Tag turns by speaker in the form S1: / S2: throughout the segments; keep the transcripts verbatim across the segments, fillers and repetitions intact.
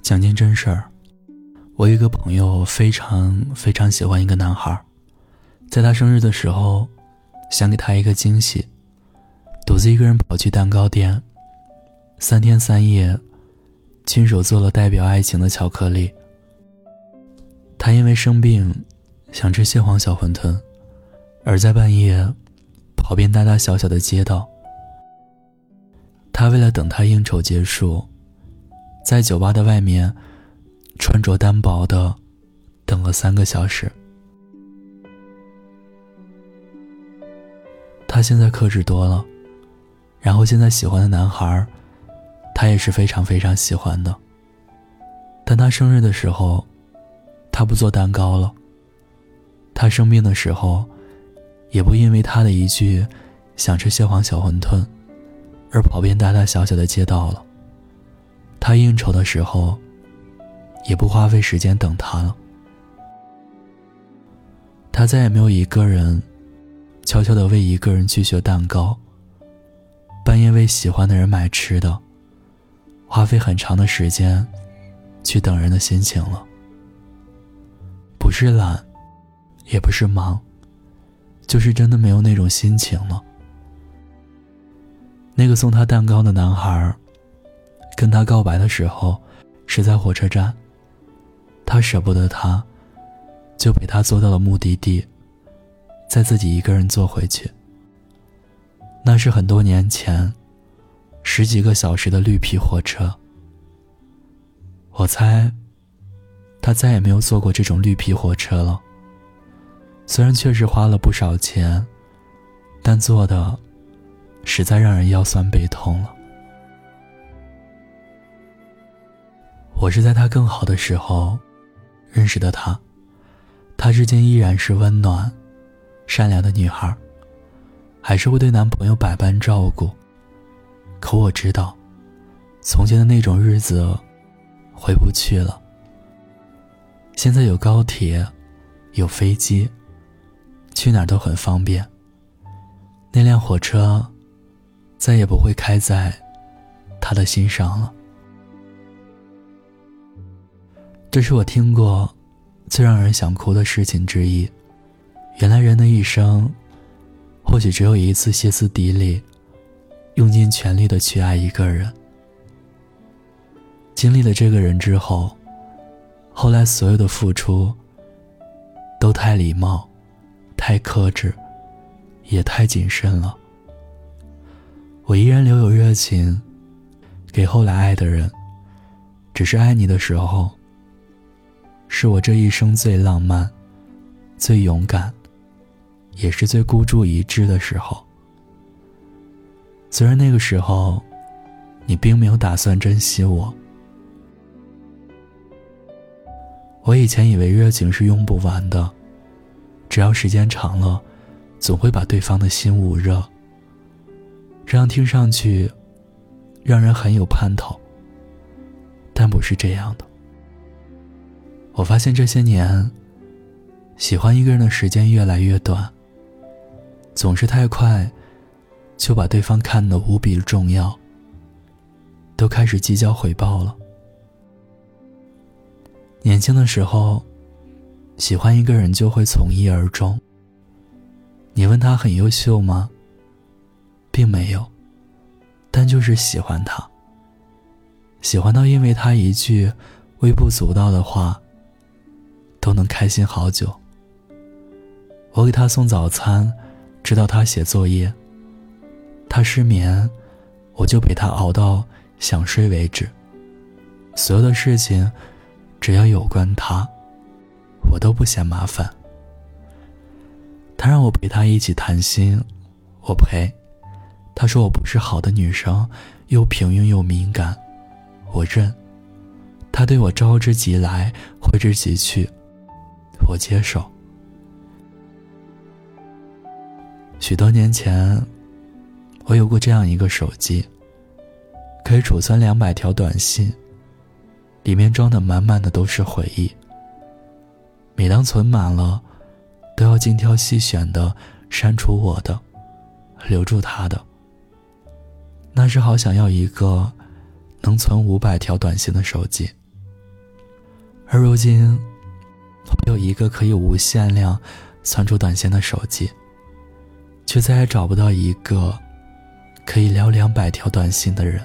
S1: 讲件真事儿，我有一个朋友非常非常喜欢一个男孩，在他生日的时候，想给他一个惊喜，独自一个人跑去蛋糕店，三天三夜，亲手做了代表爱情的巧克力。他因为生病，想吃蟹黄小馄饨，而在半夜跑遍大大小小的街道。他为了等他应酬结束，在酒吧的外面穿着单薄的等了三个小时。他现在克制多了，然后现在喜欢的男孩他也是非常非常喜欢的。但他生日的时候，他不做蛋糕了。他生病的时候，也不因为他的一句想吃蟹黄小馄饨而跑遍大大小小的街道了。他应酬的时候，也不花费时间等他了。他再也没有一个人悄悄地为一个人去学蛋糕，半夜为喜欢的人买吃的，花费很长的时间去等人的心情了。不是懒，也不是忙，就是真的没有那种心情了。那个送他蛋糕的男孩跟他告白的时候是在火车站，他舍不得他，就陪他坐到了目的地，再自己一个人坐回去。那是很多年前，十几个小时的绿皮火车。我猜他再也没有坐过这种绿皮火车了。虽然确实花了不少钱，但坐的实在让人腰酸背痛了。我是在他更好的时候认识的他，他至今依然是温暖善良的女孩，还是会对男朋友百般照顾。可我知道，从前的那种日子回不去了。现在有高铁，有飞机，去哪儿都很方便。那辆火车再也不会开在他的心上了。这是我听过最让人想哭的事情之一。原来人的一生，或许只有一次歇斯底里，用尽全力的去爱一个人。经历了这个人之后，后来所有的付出都太礼貌，太克制，也太谨慎了。我依然留有热情给后来爱的人，只是爱你的时候，是我这一生最浪漫、最勇敢，也是最孤注一掷的时候。虽然那个时候你并没有打算珍惜我。我以前以为热情是用不完的，只要时间长了，总会把对方的心捂热。这样听上去让人很有盼头，但不是这样的。我发现这些年喜欢一个人的时间越来越短，总是太快就把对方看得无比重要，都开始计较回报了。年轻的时候，喜欢一个人就会从一而终。你问他很优秀吗？并没有，但就是喜欢他。喜欢到因为他一句微不足道的话，都能开心好久。我给他送早餐，直到他写作业。他失眠，我就陪他熬到想睡为止。所有的事情只要有关他，我都不嫌麻烦。他让我陪他一起谈心，我陪。他说我不是好的女生，又平庸又敏感，我认。他对我招之即来，挥之即去，我接受。许多年前，我有过这样一个手机，可以储存两百条短信，里面装的满满的都是回忆。每当存满了，都要精挑细选的删除我的，留住他的。那时好想要一个能存五百条短信的手机， 而如今我有一个可以无限量存储短信的手机，却再也找不到一个可以聊两百条短信的人。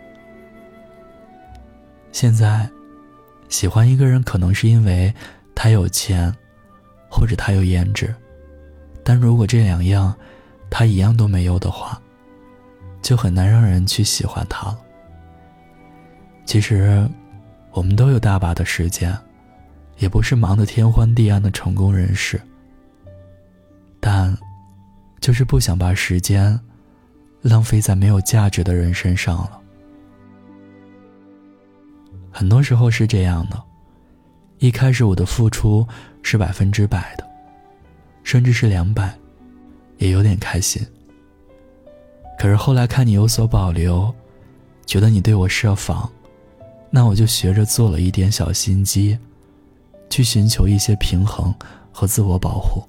S1: 现在喜欢一个人可能是因为他有钱，或者他有颜值，但如果这两样他一样都没有的话，就很难让人去喜欢他了。其实我们都有大把的时间，也不是忙得天昏地暗的成功人士，但就是不想把时间浪费在没有价值的人身上了。很多时候是这样的，一开始我的付出是百分之百的，甚至是两百，也有点开心。可是后来看你有所保留，觉得你对我设防，那我就学着做了一点小心机，去寻求一些平衡和自我保护。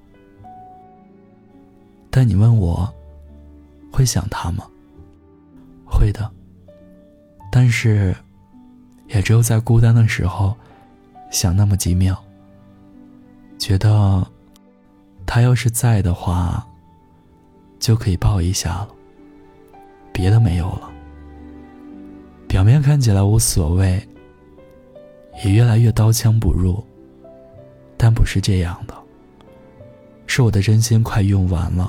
S1: 但你问我会想他吗？会的，但是也只有在孤单的时候想那么几秒，觉得他要是在的话就可以抱一下了，别的没有了。表面看起来无所谓，也越来越刀枪不入，但不是这样的，是我的真心快用完了。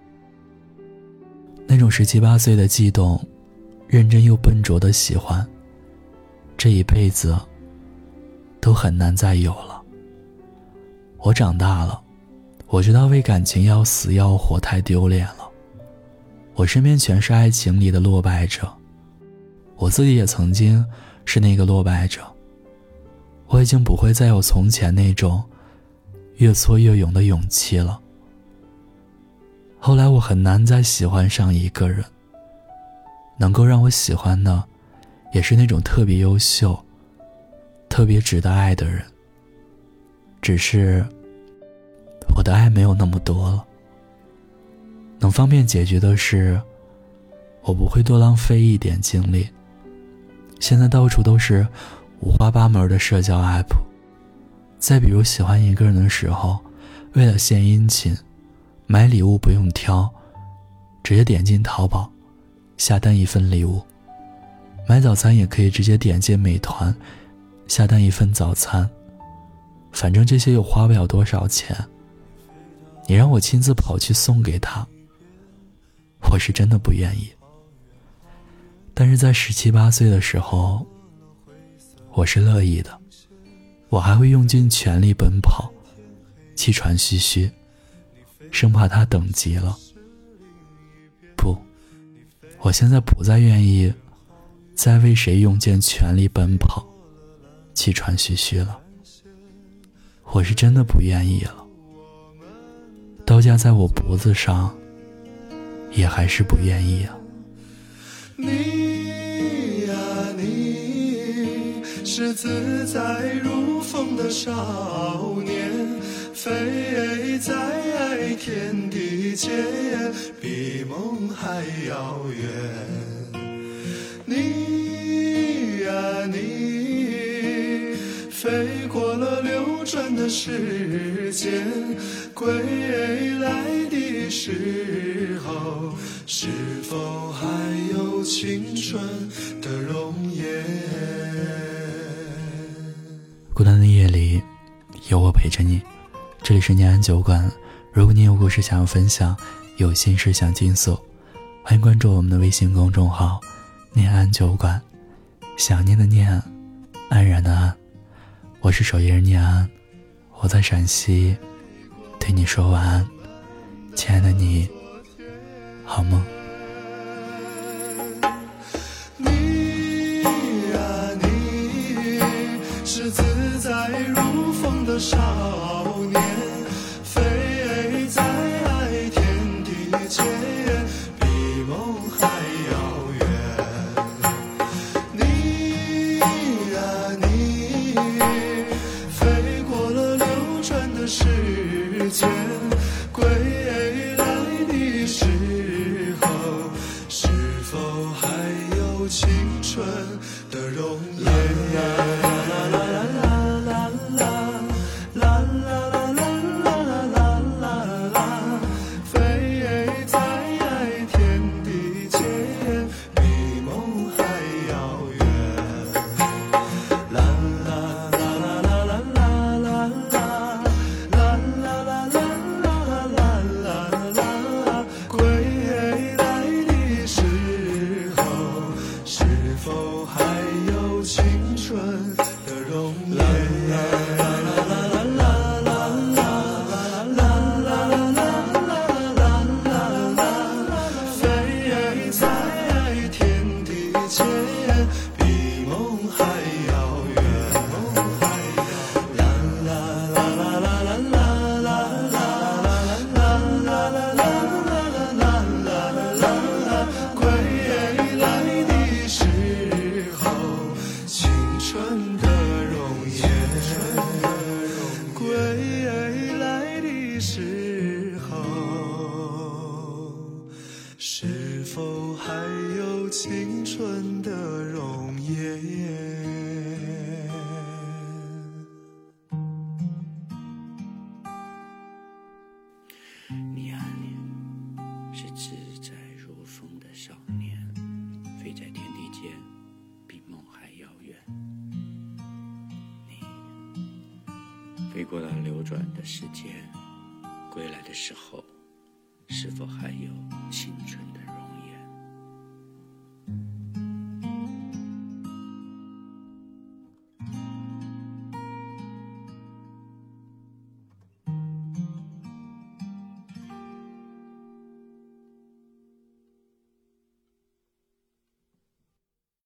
S1: 那种十七八岁的悸动，认真又笨拙的喜欢，这一辈子都很难再有了。我长大了，我知道为感情要死要活太丢脸了。我身边全是爱情里的落败者，我自己也曾经是那个落败者。我已经不会再有从前那种越挫越勇的勇气了。后来我很难再喜欢上一个人，能够让我喜欢的也是那种特别优秀特别值得爱的人，只是我的爱没有那么多了。能方便解决的是，我不会多浪费一点精力。现在到处都是五花八门的社交 app， 再比如喜欢一个人的时候，为了献殷勤，买礼物不用挑，直接点进淘宝下单一份礼物。买早餐也可以直接点进美团下单一份早餐，反正这些又花不了多少钱，你让我亲自跑去送给他，我是真的不愿意。但是在十七八岁的时候，我是乐意的，我还会用尽全力奔跑，气喘吁吁，生怕他等急了。不，我现在不再愿意再为谁用尽全力奔跑，气喘吁吁了。我是真的不愿意了。刀架在我脖子上，也还是不愿意啊。
S2: 你呀你，是自在如风的少年，飞在天地间，比梦还遥远。你呀你，飞过了流转的时间，归来的时候，是否还有青春的容颜？
S1: 孤单的夜里，有我陪着你。这里是念安酒馆，如果你有故事想要分享，有心事想倾诉，欢迎关注我们的微信公众号念安酒馆。想念的念，安然的安，我是守夜人念安，我在陕西对你说晚安。亲爱的你，好梦。
S2: 你呀你，是自在如风的少年，飞在天地间，比梦还遥远。你呀你，飞过了流转的时间，归来的时候， 还有青春的容颜。是否还有青春的容颜？
S3: 你啊，你是自在如风的少年，飞在天地间，比梦还遥远。你飞过了流转的时间，归来的时候，是否还有青春